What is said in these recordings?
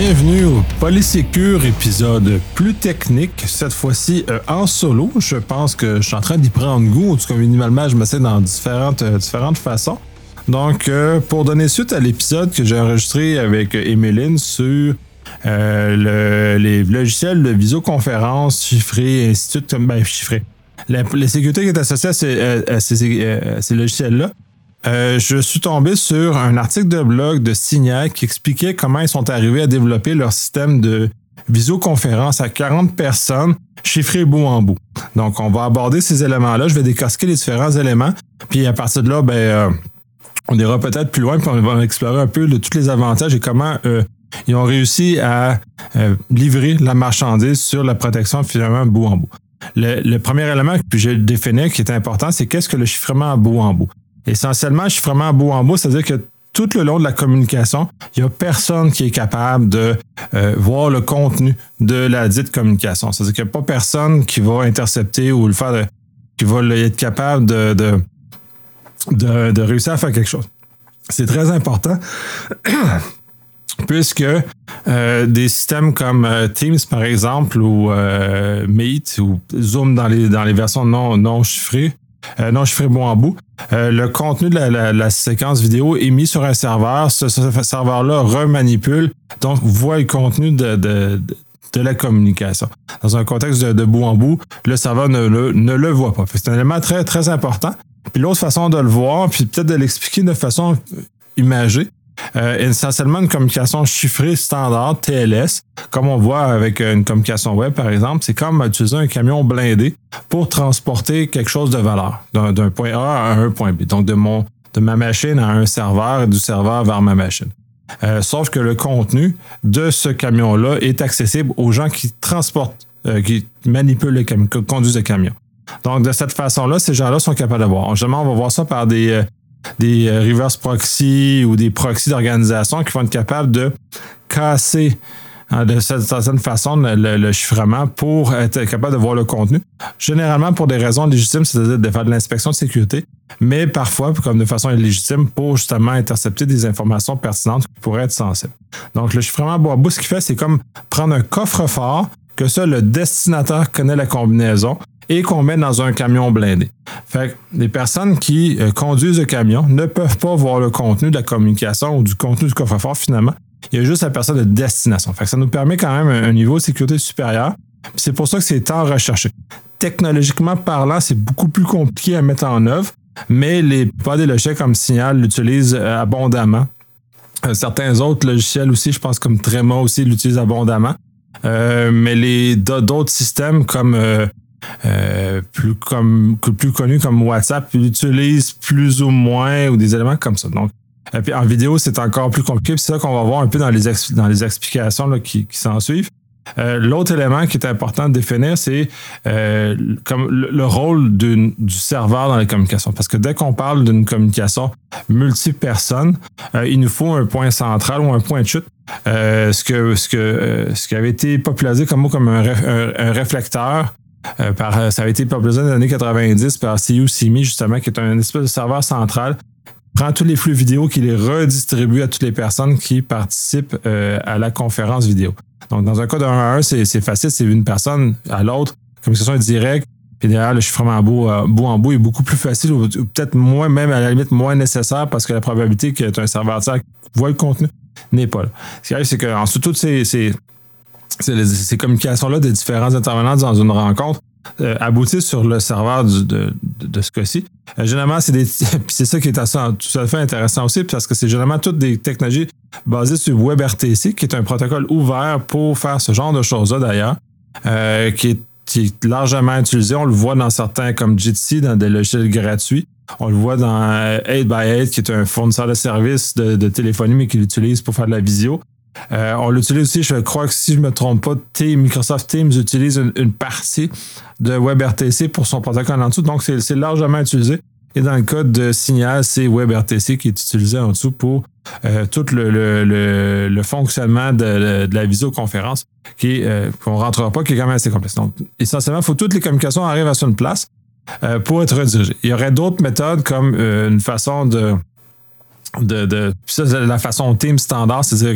Bienvenue au Polysécure, épisode plus technique, cette fois-ci en solo. Je pense que je suis en train d'y prendre goût, en tout cas minimalement je m'essaie dans différentes façons. Donc pour donner suite à l'épisode que j'ai enregistré avec Emeline sur les logiciels de visioconférence chiffrés et ainsi de suite, chiffrés. Les sécurités qui est associées à ces logiciels-là. Je suis tombé sur un article de blog de Signal qui expliquait comment ils sont arrivés à développer leur système de visioconférence à 40 personnes chiffrés bout en bout. Donc, on va aborder ces éléments-là. Je vais décortiquer les différents éléments. Puis, à partir de là, on ira peut-être plus loin puis on va explorer un peu tous les avantages et comment ils ont réussi à livrer la marchandise sur la protection finalement bout en bout. Le premier élément que je définis qui est important, c'est qu'est-ce que le chiffrement à bout en bout. Essentiellement, le chiffrement à bout en bout, c'est-à-dire que tout le long de la communication, il n'y a personne qui est capable de voir le contenu de la dite communication. C'est-à-dire qu'il n'y a pas personne qui va intercepter ou qui va être capable de réussir à faire quelque chose. C'est très important puisque des systèmes comme Teams, par exemple, ou Meet, ou Zoom dans les versions non chiffrées, non chiffré bout en bout. Le contenu de la séquence vidéo est mis sur un serveur. Ce serveur-là remanipule, donc voit le contenu de la communication. Dans un contexte de bout en bout, le serveur ne le voit pas. C'est un élément très, très important. Puis l'autre façon de le voir, puis peut-être de l'expliquer de façon imagée, essentiellement une communication chiffrée standard, TLS, comme on voit avec une communication web, par exemple, c'est comme utiliser un camion blindé pour transporter quelque chose de valeur, d'un point A à un point B. Donc, de ma machine à un serveur et du serveur vers ma machine. Sauf que le contenu de ce camion-là est accessible aux gens qui transportent, qui manipulent le camion, qui conduisent le camion. Donc, de cette façon-là, ces gens-là sont capables de voir. Généralement, on va voir ça par des reverse proxy ou des proxys d'organisation qui vont être capables de casser de certaine façon le chiffrement pour être capable de voir le contenu. Généralement pour des raisons légitimes, c'est-à-dire de faire de l'inspection de sécurité, mais parfois comme de façon illégitime pour justement intercepter des informations pertinentes qui pourraient être sensibles. Donc le chiffrement bout à bout, ce qu'il fait, c'est comme prendre un coffre-fort que ça, le destinataire connaît la combinaison et qu'on met dans un camion blindé. Fait que les personnes qui conduisent le camion ne peuvent pas voir le contenu de la communication ou du contenu du coffre-fort finalement. Il y a juste la personne de destination. Fait que ça nous permet quand même un niveau de sécurité supérieur. Puis c'est pour ça que c'est tant recherché. Technologiquement parlant, c'est beaucoup plus compliqué à mettre en œuvre, mais les plupart des logiciels comme Signal l'utilisent abondamment. Certains autres logiciels aussi, je pense comme Trema aussi l'utilisent abondamment. Mais d'autres systèmes comme plus connus comme WhatsApp l'utilisent plus ou moins ou des éléments comme ça. Donc, puis en vidéo, c'est encore plus compliqué. Puis c'est ça qu'on va voir un peu dans les explications là, qui s'en suivent. L'autre élément qui est important de définir, c'est comme le rôle du serveur dans la communication. Parce que dès qu'on parle d'une communication multi-personnes, il nous faut un point central ou un point de chute. Ce qui avait été popularisé comme mot comme un réflecteur. Ça avait été popularisé dans les années 90 par CU-CME, justement, qui est un espèce de serveur central, prend tous les flux vidéo qui les redistribue à toutes les personnes qui participent à la conférence vidéo. Donc, dans un cas de 1 à 1, c'est facile, c'est une personne à l'autre, communication est directe, puis derrière, le chiffrement bout en bout est beaucoup plus facile, ou peut-être moins, même à la limite moins nécessaire, parce que la probabilité que tu aies un serveur tiers qui voit le contenu n'est pas là. Ce qui arrive, c'est qu'ensuite, toutes ces communications-là des différents intervenants dans une rencontre aboutissent sur le serveur de ce cas-ci. Généralement, c'est ça qui est tout à fait intéressant aussi, parce que c'est généralement toutes des technologies basées sur WebRTC, qui est un protocole ouvert pour faire ce genre de choses-là d'ailleurs, qui est largement utilisé. On le voit dans certains comme Jitsi, dans des logiciels gratuits. On le voit dans 8x8, qui est un fournisseur de services de téléphonie, mais qui l'utilise pour faire de la visio. On l'utilise aussi, je crois que si je ne me trompe pas, Microsoft Teams utilise une partie de WebRTC pour son protocole en dessous, donc c'est largement utilisé. Et dans le cas de Signal, c'est WebRTC qui est utilisé en dessous pour tout le fonctionnement de la visioconférence qu'on ne rentrera pas, qui est quand même assez complexe. Donc, essentiellement, il faut que toutes les communications arrivent à une place pour être redirigées. Il y aurait d'autres méthodes comme une façon ça, c'est la façon Teams standard, c'est-à-dire que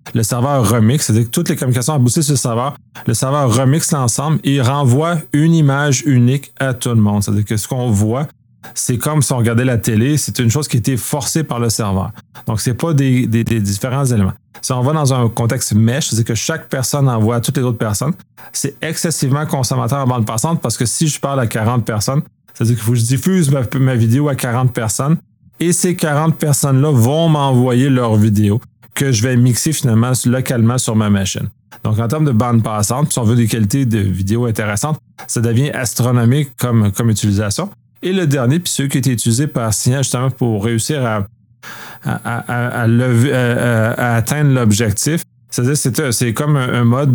le serveur remixe, c'est-à-dire que toutes les communications aboutissent sur le serveur remixe l'ensemble et renvoie une image unique à tout le monde. C'est-à-dire que ce qu'on voit, c'est comme si on regardait la télé, c'est une chose qui a été forcée par le serveur. Donc, c'est pas des différents éléments. Si on va dans un contexte mesh, c'est-à-dire que chaque personne envoie à toutes les autres personnes, c'est excessivement consommateur en bande passante parce que si je parle à 40 personnes, c'est-à-dire qu'il faut que je diffuse ma vidéo à 40 personnes et ces 40 personnes-là vont m'envoyer leur vidéo que je vais mixer finalement localement sur ma machine. Donc, en termes de bande passante, si on veut des qualités de vidéo intéressantes, ça devient astronomique comme utilisation. Et le dernier, puis ceux qui étaient utilisés par Signal justement pour réussir à atteindre l'objectif, c'est-à-dire c'est comme un mode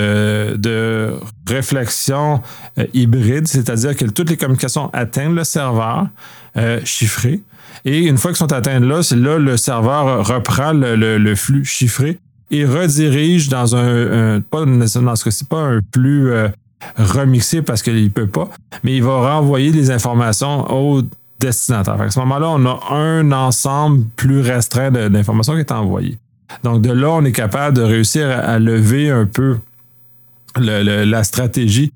de réflexion hybride, c'est-à-dire que toutes les communications atteignent le serveur chiffré. Et une fois qu'ils sont atteintes là, c'est là le serveur reprend le flux chiffré et redirige dans pas dans ce cas-ci, pas un flux remixé parce qu'il ne peut pas, mais il va renvoyer des informations au destinataire. À ce moment-là, on a un ensemble plus restreint d'informations qui est envoyé. Donc, de là, on est capable de réussir à lever un peu la stratégie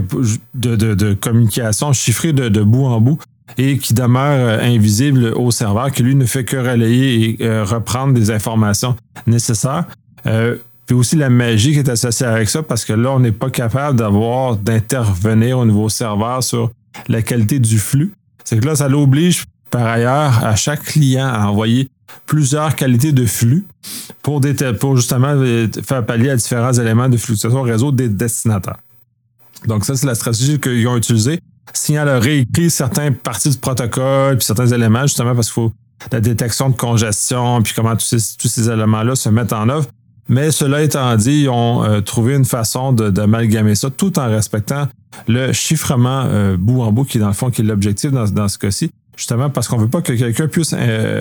de communication chiffrée de bout en bout et qui demeure invisible au serveur, qui lui ne fait que relayer et reprendre des informations nécessaires. Puis aussi la magie qui est associée avec ça, parce que là, on n'est pas capable d'intervenir au niveau serveur sur la qualité du flux. C'est que là, ça l'oblige par ailleurs à chaque client à envoyer plusieurs qualités de flux pour justement faire pallier à différents éléments de fluctuation au réseau des destinataires. Donc ça, c'est la stratégie qu'ils ont utilisée. Signal a réécrit certaines parties du protocole puis certains éléments, justement parce qu'il faut la détection de congestion puis comment tous ces éléments-là se mettent en œuvre. Mais cela étant dit, ils ont trouvé une façon d'amalgamer ça tout en respectant le chiffrement bout en bout qui, dans le fond, qui est l'objectif dans ce cas-ci, justement parce qu'on ne veut pas que quelqu'un puisse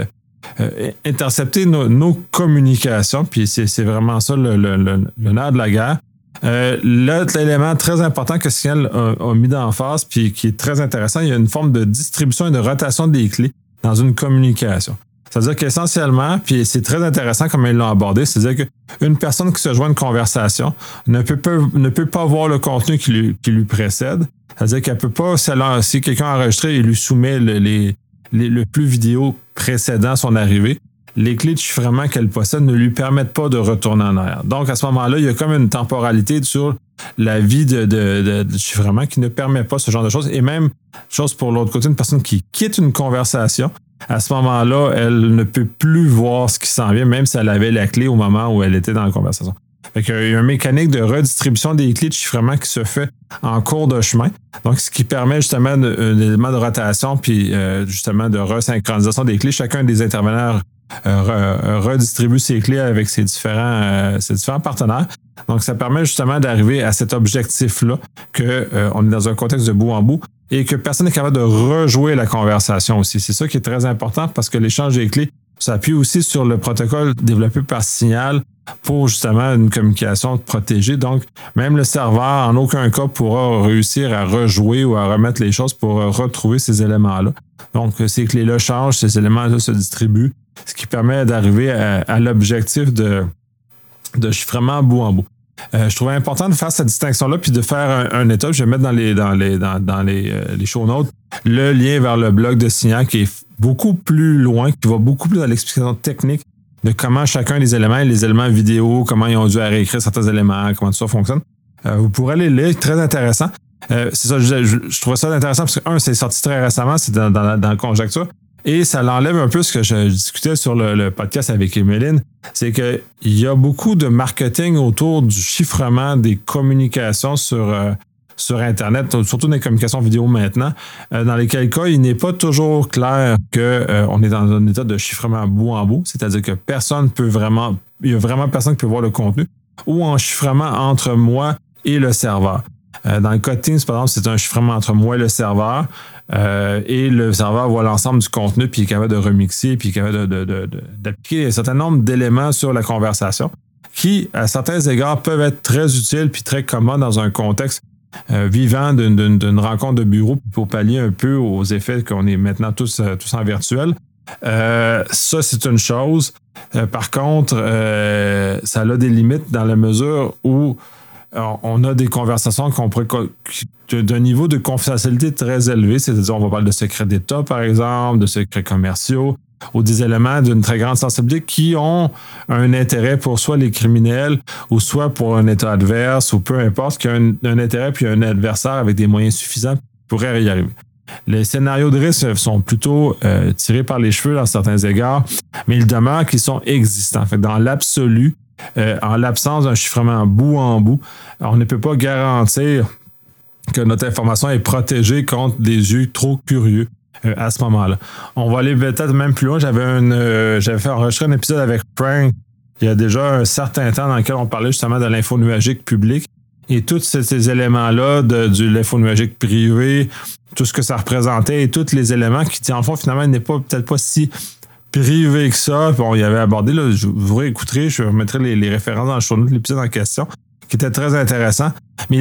intercepter nos communications, puis c'est vraiment ça le nerf de la guerre. L'autre élément très important que Signal a mis en face, puis qui est très intéressant, il y a une forme de distribution et de rotation des clés dans une communication. C'est-à-dire qu'essentiellement, puis c'est très intéressant comme ils l'ont abordé, c'est-à-dire qu'une personne qui se joint à une conversation ne peut pas voir le contenu qui lui précède. C'est-à-dire qu'elle ne peut pas, si quelqu'un a enregistré et lui soumet le flux vidéo précédent à son arrivée, les clés de chiffrement qu'elle possède ne lui permettent pas de retourner en arrière. Donc, à ce moment-là, il y a comme une temporalité sur la vie de chiffrement qui ne permet pas ce genre de choses. Et même, chose pour l'autre côté, une personne qui quitte une conversation, à ce moment-là, elle ne peut plus voir ce qui s'en vient, même si elle avait la clé au moment où elle était dans la conversation. Fait qu'il y a une mécanique de redistribution des clés de chiffrement qui se fait en cours de chemin. Donc, ce qui permet justement un élément de rotation puis justement de resynchronisation des clés. Chacun des intervenants redistribue ses clés avec ses différents partenaires. Donc, ça permet justement d'arriver à cet objectif-là qu'on est dans un contexte de bout en bout et que personne n'est capable de rejouer la conversation aussi. C'est ça qui est très important parce que l'échange des clés s'appuie aussi sur le protocole développé par Signal pour justement une communication protégée. Donc, même le serveur, en aucun cas, pourra réussir à rejouer ou à remettre les choses pour retrouver ces éléments-là. Donc, ces clés-là changent, ces éléments-là se distribuent, ce qui permet d'arriver à l'objectif de chiffrement bout en bout. Je trouvais important de faire cette distinction-là puis de faire un état. Je vais mettre dans les show notes le lien vers le blog de Signal qui est beaucoup plus loin, qui va beaucoup plus dans l'explication technique de comment chacun des éléments, les éléments vidéo, comment ils ont dû réécrire certains éléments, comment tout ça fonctionne. Vous pourrez aller lire, très intéressant. C'est ça, je trouve ça intéressant parce que, c'est sorti très récemment, c'est dans la conjecture. Et ça l'enlève un peu ce que je discutais sur le podcast avec Emeline, c'est qu'il y a beaucoup de marketing autour du chiffrement des communications sur Internet, surtout dans les communications vidéo maintenant, dans lesquels cas, il n'est pas toujours clair qu'on est dans un état de chiffrement bout en bout, c'est-à-dire que il y a vraiment personne qui peut voir le contenu, ou en chiffrement entre moi et le serveur. Dans le cas de Teams, par exemple, c'est un chiffrement entre moi et le serveur. Et le serveur voit l'ensemble du contenu puis est capable de remixer puis est capable d'appliquer un certain nombre d'éléments sur la conversation qui, à certains égards, peuvent être très utiles puis très commodes dans un contexte vivant d'une rencontre de bureau pour pallier un peu aux effets qu'on est maintenant tous en virtuel. Ça, c'est une chose. Par contre, ça a des limites dans la mesure où on a des conversations d'un niveau de confidentialité très élevé, c'est-à-dire on va parler de secrets d'État, par exemple, de secrets commerciaux, ou des éléments d'une très grande sensibilité qui ont un intérêt pour soit les criminels ou soit pour un État adverse ou peu importe, qui a un intérêt puis un adversaire avec des moyens suffisants pourrait y arriver. Les scénarios de risque sont plutôt tirés par les cheveux dans certains égards, mais il demeure qu'ils sont existants. Fait que dans l'absolu, en l'absence d'un chiffrement bout en bout, on ne peut pas garantir que notre information est protégée contre des yeux trop curieux à ce moment-là. On va aller peut-être même plus loin. J'avais fait enregistrer un épisode avec Frank il y a déjà un certain temps dans lequel on parlait justement de l'info nuagique publique et tous ces éléments-là de l'info nuagique privée, tout ce que ça représentait et tous les éléments qui, en fond, finalement, n'est peut-être pas si privé que ça. Bon, il y avait abordé, là, vous réécouterez, je remettrai les références dans le show notes de l'épisode en question, qui était très intéressant. Mais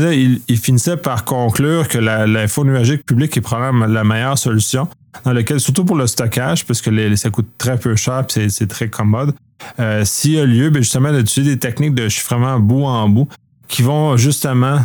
il finissait par conclure que l'info nuagique publique est probablement la meilleure solution, dans laquelle, surtout pour le stockage, parce que ça coûte très peu cher et c'est très commode, s'il y a lieu, justement, d'utiliser des techniques de chiffrement bout en bout qui vont justement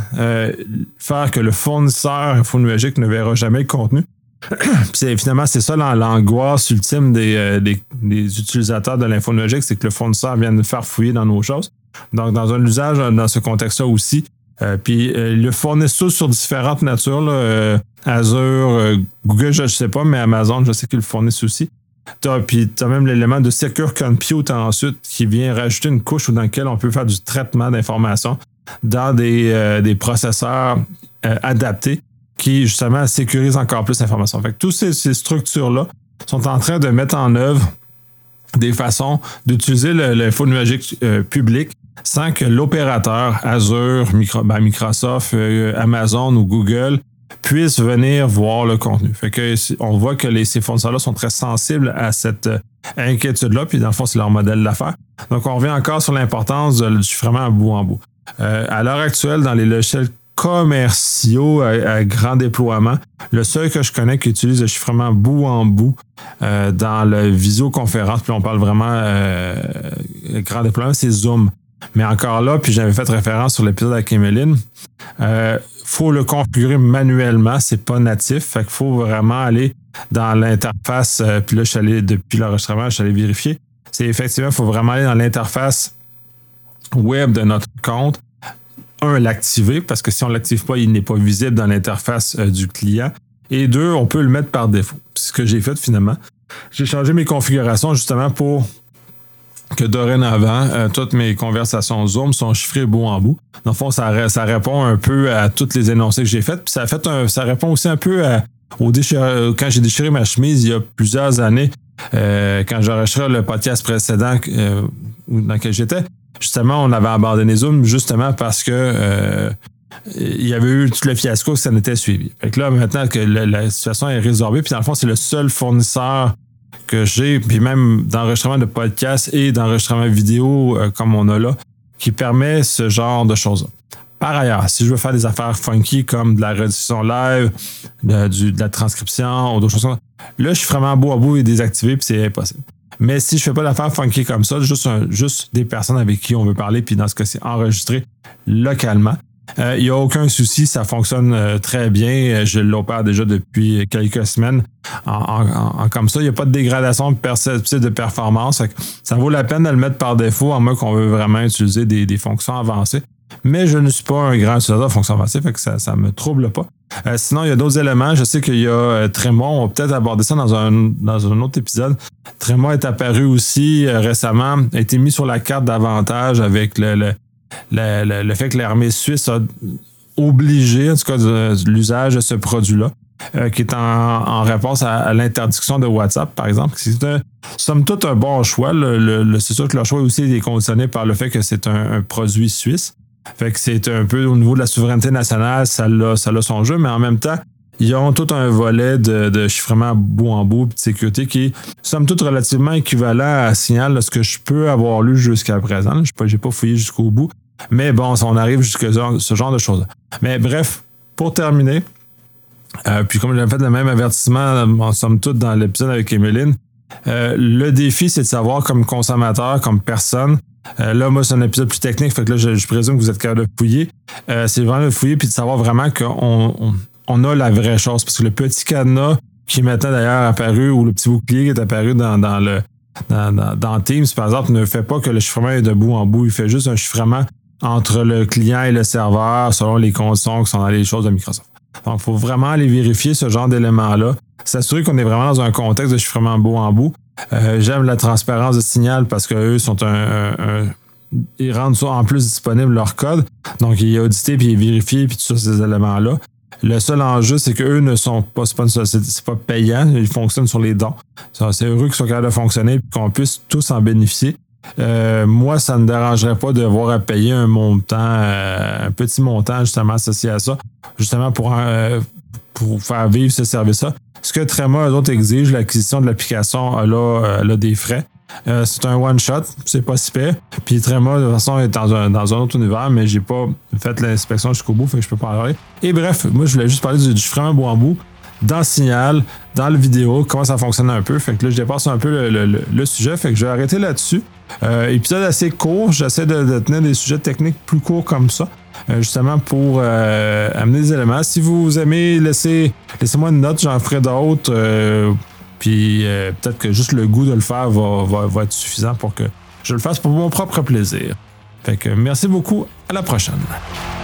faire que le fournisseur info nuagique ne verra jamais le contenu. Finalement, c'est ça l'angoisse ultime des utilisateurs de l'info nuagique, c'est que le fournisseur vient nous faire fouiller dans nos choses. Donc, dans un usage, dans ce contexte-là aussi, puis ils le fournissent tous sur différentes natures, là, Azure, Google, je ne sais pas, mais Amazon, je sais qu'ils le fournissent aussi. Puis tu as même l'élément de Secure Compute ensuite qui vient rajouter une couche dans laquelle on peut faire du traitement d'informations dans des processeurs adaptés qui, justement, sécurisent encore plus l'information. Fait que toutes ces structures-là sont en train de mettre en œuvre des façons d'utiliser l'info nuagique public sans que l'opérateur Azure, Microsoft, Amazon ou Google puisse venir voir le contenu. Fait que on voit que ces fournisseurs-là sont très sensibles à cette inquiétude-là, puis dans le fond, c'est leur modèle d'affaires. Donc, on revient encore sur l'importance du chiffrement à bout en bout. À l'heure actuelle, dans les logiciels commerciaux à grand déploiement, le seul que je connais qui utilise le chiffrement bout en bout dans la visioconférence, puis on parle vraiment grand déploiement, c'est Zoom. Mais encore là, puis j'avais fait référence sur l'épisode avec Emeline, faut le configurer manuellement, c'est pas natif, fait qu'il faut vraiment aller dans l'interface, puis là, depuis l'enregistrement, je suis allé vérifier. C'est effectivement, il faut vraiment aller dans l'interface web de notre compte. L'activer, parce que si on ne l'active pas, il n'est pas visible dans l'interface du client. Et 2, on peut le mettre par défaut. C'est ce que j'ai fait finalement. J'ai changé mes configurations justement pour que dorénavant, toutes mes conversations Zoom sont chiffrées bout en bout. Dans le fond, ça répond un peu à tous les énoncés que j'ai faits. Puis ça répond aussi un peu quand j'ai déchiré ma chemise il y a plusieurs années, quand j'enregistrais le podcast précédent dans lequel j'étais. Justement, on avait abandonné Zoom justement parce que il y avait eu tout le fiasco que ça n'était suivi. Fait que là, maintenant que la situation est résorbée, puis dans le fond, c'est le seul fournisseur que j'ai, puis même d'enregistrement de podcast et d'enregistrement vidéo comme on a là, qui permet ce genre de choses-là. Par ailleurs, si je veux faire des affaires funky comme de la rediffusion live, de la transcription ou d'autres choses comme ça, là, je suis vraiment bout à bout et désactivé, puis c'est impossible. Mais si je fais pas d'affaires funky comme ça, juste des personnes avec qui on veut parler, puis dans ce cas-ci, enregistrer localement, il n'y a aucun souci, ça fonctionne très bien. Je l'opère déjà depuis quelques semaines comme ça. Il n'y a pas de dégradation perceptible de performance. Ça vaut la peine de le mettre par défaut, à moins qu'on veut vraiment utiliser des fonctions avancées. Mais je ne suis pas un grand utilisateur de fonctions avancées, fait que ça ne me trouble pas. Sinon, il y a d'autres éléments. Je sais qu'il y a Trémont. On va peut-être aborder ça dans un autre épisode. Trémont est apparu aussi récemment, a été mis sur la carte davantage avec le fait que l'armée suisse a obligé, en tout cas, l'usage de ce produit-là, qui est en réponse à l'interdiction de WhatsApp, par exemple. C'est somme toute un bon choix. C'est sûr que leur choix aussi est conditionné par le fait que c'est un produit suisse. Fait que c'est un peu au niveau de la souveraineté nationale, ça a son jeu, mais en même temps, ils ont tout un volet de chiffrement bout en bout, de sécurité qui est, somme toute, relativement équivalent à Signal, de ce que je peux avoir lu jusqu'à présent. Je n'ai pas fouillé jusqu'au bout. Mais bon, on arrive jusqu'à ce genre de choses. Mais bref, pour terminer, puis comme j'avais fait le même avertissement, somme toute, dans l'épisode avec Emeline, Le défi, c'est de savoir comme consommateur, comme personne. Là, moi, c'est un épisode plus technique, fait que là, je présume que vous êtes capable de fouiller. C'est vraiment de fouiller puis de savoir vraiment qu'on a la vraie chose. Parce que le petit cadenas qui est maintenant d'ailleurs apparu, ou le petit bouclier qui est apparu dans Teams, par exemple, ne fait pas que le chiffrement est de bout en bout. Il fait juste un chiffrement entre le client et le serveur selon les conditions qui sont dans les choses de Microsoft. Donc, il faut vraiment aller vérifier ce genre d'éléments-là. S'assurer qu'on est vraiment dans un contexte de chiffrement bout en bout. J'aime la transparence de Signal parce qu'eux sont ils rendent ça en plus disponible leur code. Donc, il est audité puis il est vérifié puis tous ces éléments-là. Le seul enjeu, c'est qu'eux ne sont pas, c'est pas payant, ils fonctionnent sur les dons. C'est heureux qu'ils soient capables de fonctionner et qu'on puisse tous en bénéficier. Moi, ça ne me dérangerait pas de voir à payer un montant, un petit montant justement associé à ça, justement pour faire vivre ce service-là. Ce que Trema, eux autres, exigent, l'acquisition de l'application, elle a des frais. C'est un one-shot, c'est pas si pire. Puis Trema, de toute façon, est dans un autre univers, mais j'ai pas fait l'inspection jusqu'au bout, fait que je peux pas en parler. Et bref, moi, je voulais juste parler du chiffrement bout en bout, dans Signal, dans le vidéo, comment ça fonctionne un peu. Fait que là, je dépasse un peu le sujet, fait que je vais arrêter là-dessus. Épisode assez court, j'essaie de tenir des sujets techniques plus courts comme ça. Justement pour amener des éléments. Si vous aimez, laissez-moi une note, j'en ferai d'autres. Puis peut-être que juste le goût de le faire va être suffisant pour que je le fasse pour mon propre plaisir. Fait que merci beaucoup, à la prochaine.